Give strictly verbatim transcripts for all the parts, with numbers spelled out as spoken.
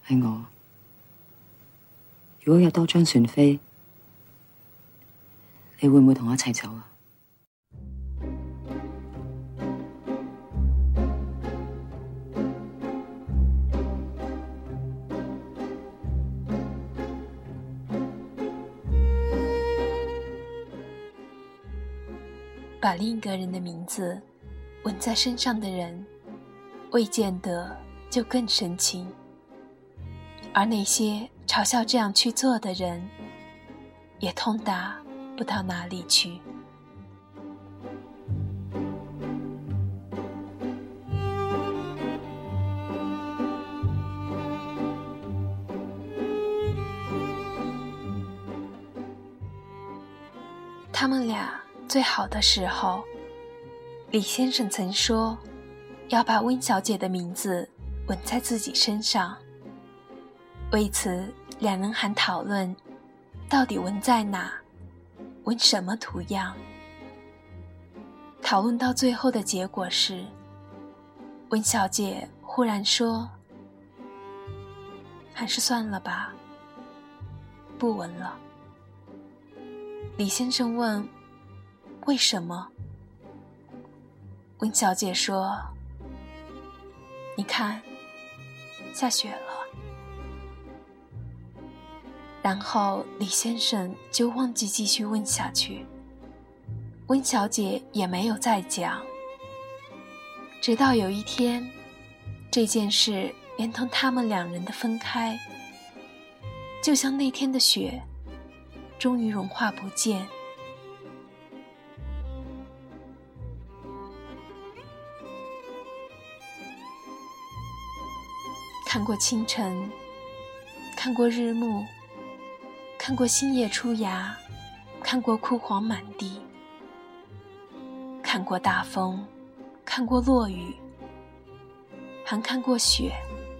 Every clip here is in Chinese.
係我。如果有多張船飛，你會唔會同我一齊走啊？ 把另一个人的名字纹在身上的人，未见得就更深情，而那些嘲笑这样去做的人，也通达不到哪里去。他们俩最好的时候，李先生曾说要把温小姐的名字纹在自己身上。为此，两人还讨论到底纹在哪，纹什么图样。讨论到最后的结果是，温小姐忽然说：“还是算了吧，不纹了。”李先生问：“为什么？”温小姐说：“你看，下雪了。”然后李先生就忘记继续问下去，温小姐也没有再讲。直到有一天，这件事连同他们两人的分开，就像那天的雪，终于融化不见。看过清晨，看过日暮，看过新叶出芽，看过枯黄满地，看过大风，看过落雨，还看过雪。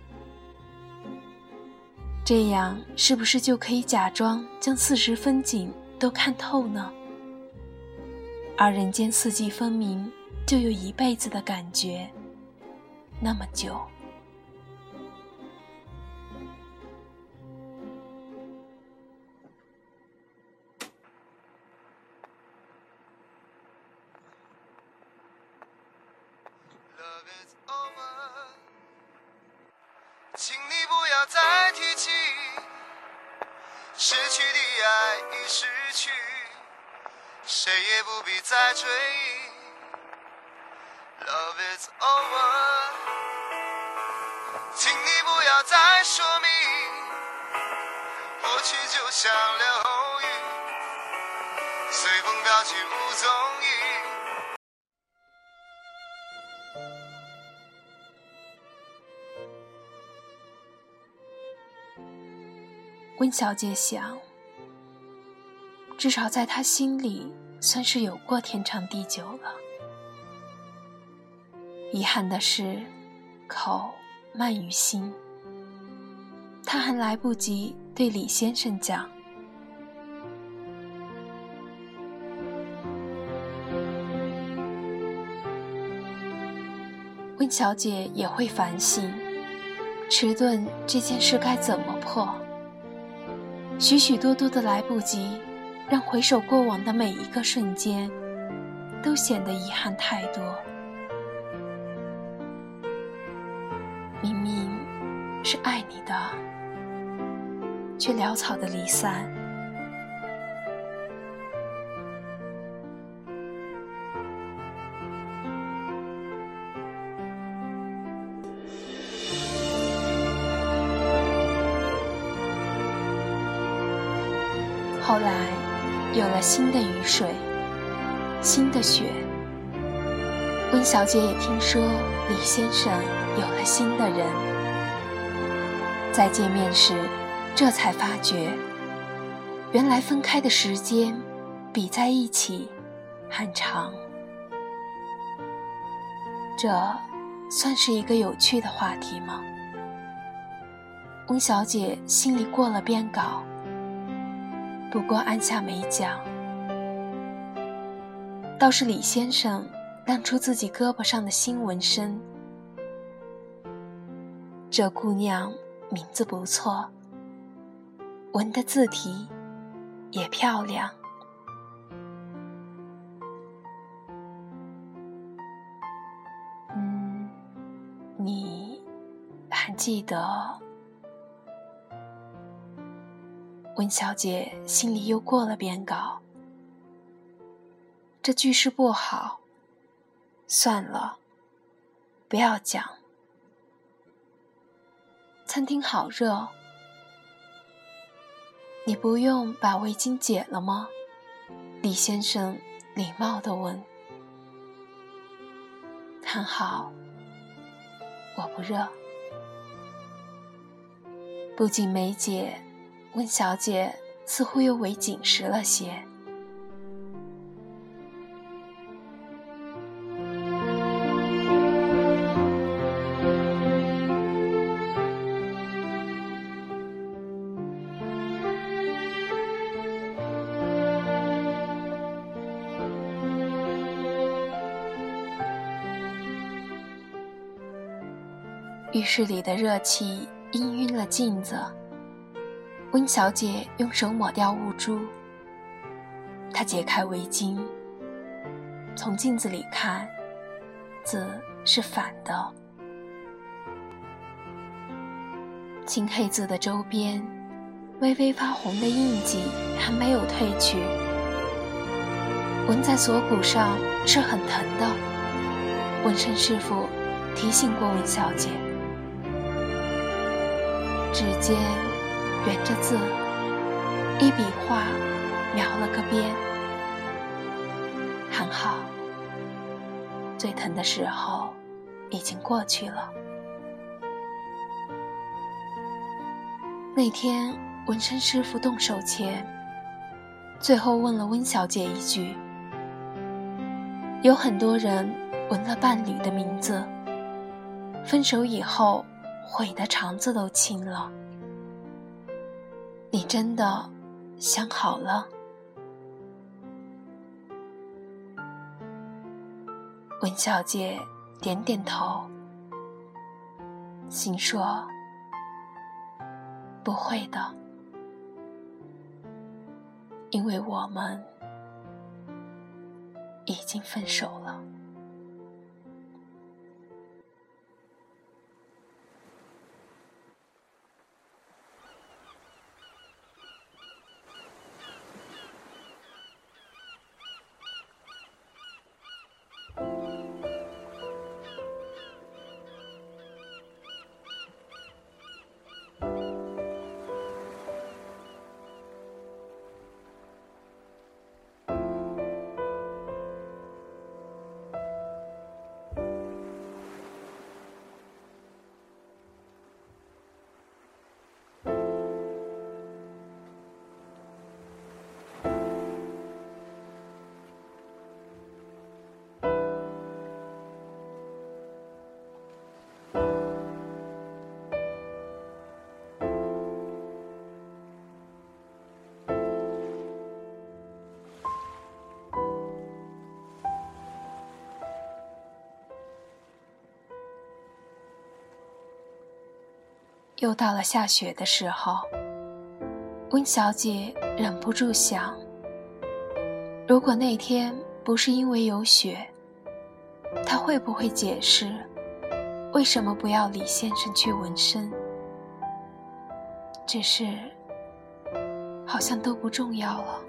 这样是不是就可以假装将四时风景都看透呢？而人间四季分明，就有一辈子的感觉，那么久。 请你不要再提起，失去的爱已失去，谁也不必再追忆。 Love is over， 请你不要再说明，过去就像凉后雨，随风飘去无踪影。 温小姐想，至少在她心里算是有过天长地久了。遗憾的是，口慢于心，她还来不及对李先生讲。温小姐也会反省，迟钝这件事该怎么破。许许多多的来不及，让回首过往的每一个瞬间都显得遗憾太多。明明是爱你的，却潦草的离散。后来有了新的雨水，新的雪。温小姐也听说李先生有了新的人。再见面时，这才发觉，原来分开的时间比在一起还长。这算是一个有趣的话题吗？温小姐心里过了遍稿，不过按下没讲。倒是李先生亮出自己胳膊上的新纹身。这姑娘名字不错，纹的字体也漂亮。嗯，你还记得？温小姐心里又过了遍稿，这句式不好，算了，不要讲。餐厅好热，你不用把围巾解了吗？李先生礼貌地问。很好，我不热。不仅没解，温小姐似乎又为紧实了些。浴室里的热气氤晕了镜子，温小姐用手抹掉雾珠。她解开围巾，从镜子里看，字是反的。青黑字的周边，微微发红的印记还没有褪去，纹在锁骨上是很疼的。纹身师傅提醒过温小姐。指尖圆着字，一笔画描了个边。还好，最疼的时候已经过去了。那天纹身师傅动手前，最后问了温小姐一句：有很多人纹了伴侣的名字，分手以后悔得肠子都青了，你真的想好了？温小姐点点头，心说不会的，因为我们已经分手了。又到了下雪的时候，温小姐忍不住想，如果那天不是因为有雪，她会不会解释为什么不要李先生去纹身？只是好像都不重要了。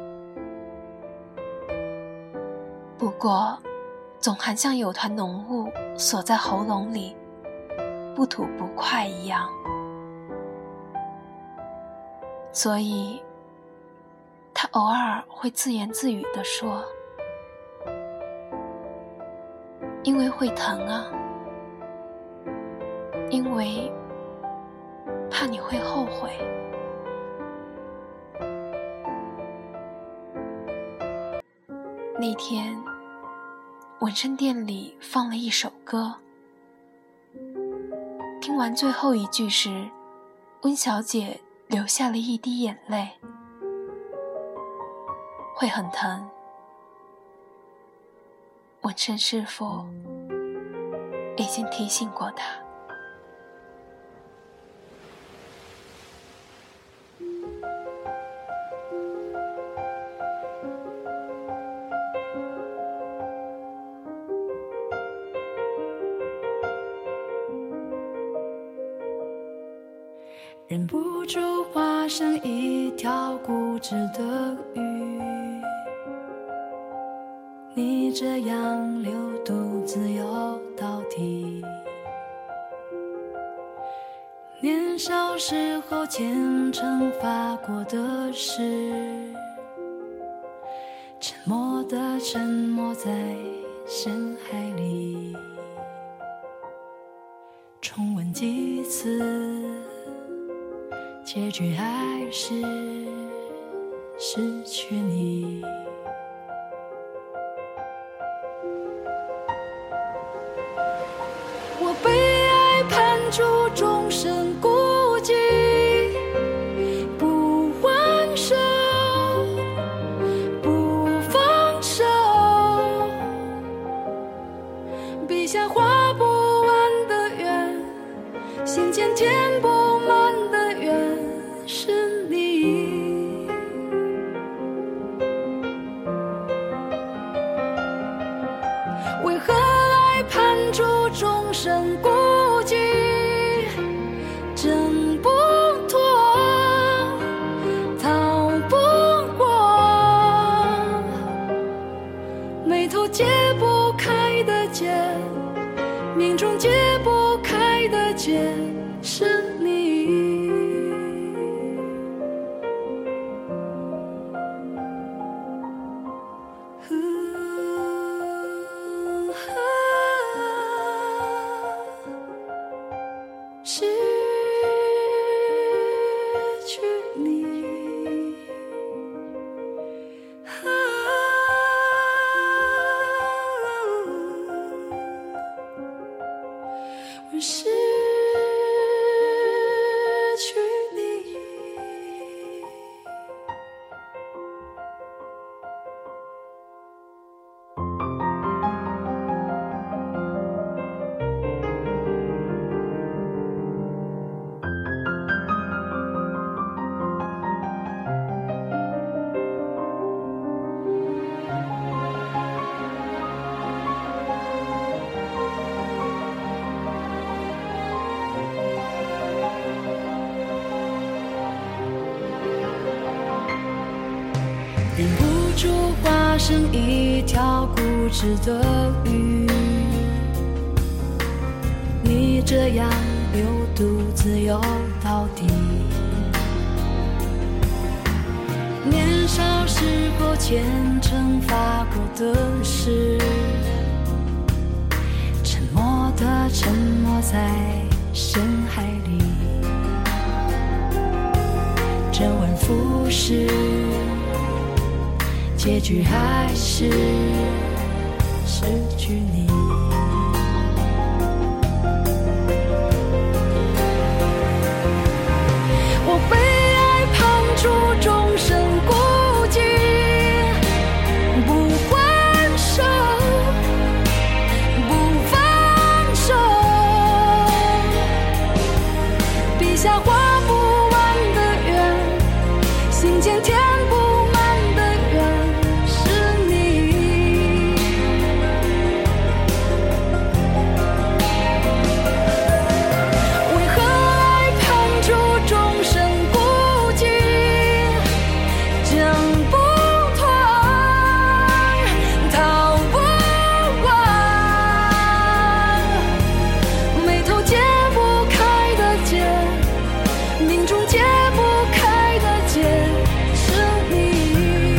不过总还像有团浓雾锁在喉咙里，不吐不快一样。所以他偶尔会自言自语地说，因为会疼啊，因为怕你会后悔。那天纹身店里放了一首歌，听完最后一句时，温小姐流下了一滴眼泪。会很疼，纹身师傅已经提醒过她。 忍不住化成一条固执的鱼。你这样流独自游到底，年少时候虔诚发过的誓，沉默的沉没在深海里。重温几次，结局还是失去你。我被爱判处终身孤寂，不还手，不放手，笔下画不完的圆，心间填不满的缘是你。为何爱判处终身孤寂，挣不脱，逃不过，眉头解不开的结，命中解不开的结是你。失去你，啊，我失去你。忍不住化成一条固执的鱼，你这样流独自游到底。年少时候虔诚发过的誓，沉默的沉没在深海里。周而复始，结局还是失去你。我被爱判处终身孤寂，不还手，不放手，笔下画不完的圆，心间填不满的缘是你。为何爱判处终身孤寂，挣不脱，逃不过，眉头解不开的结，命中解不开的结是你。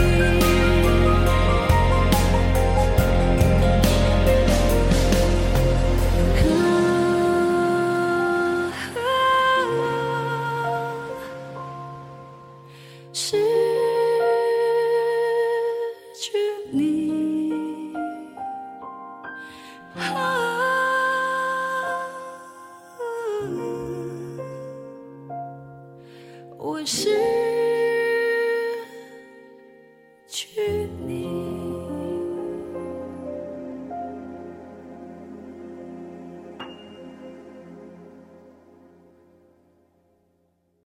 失去你，啊，我失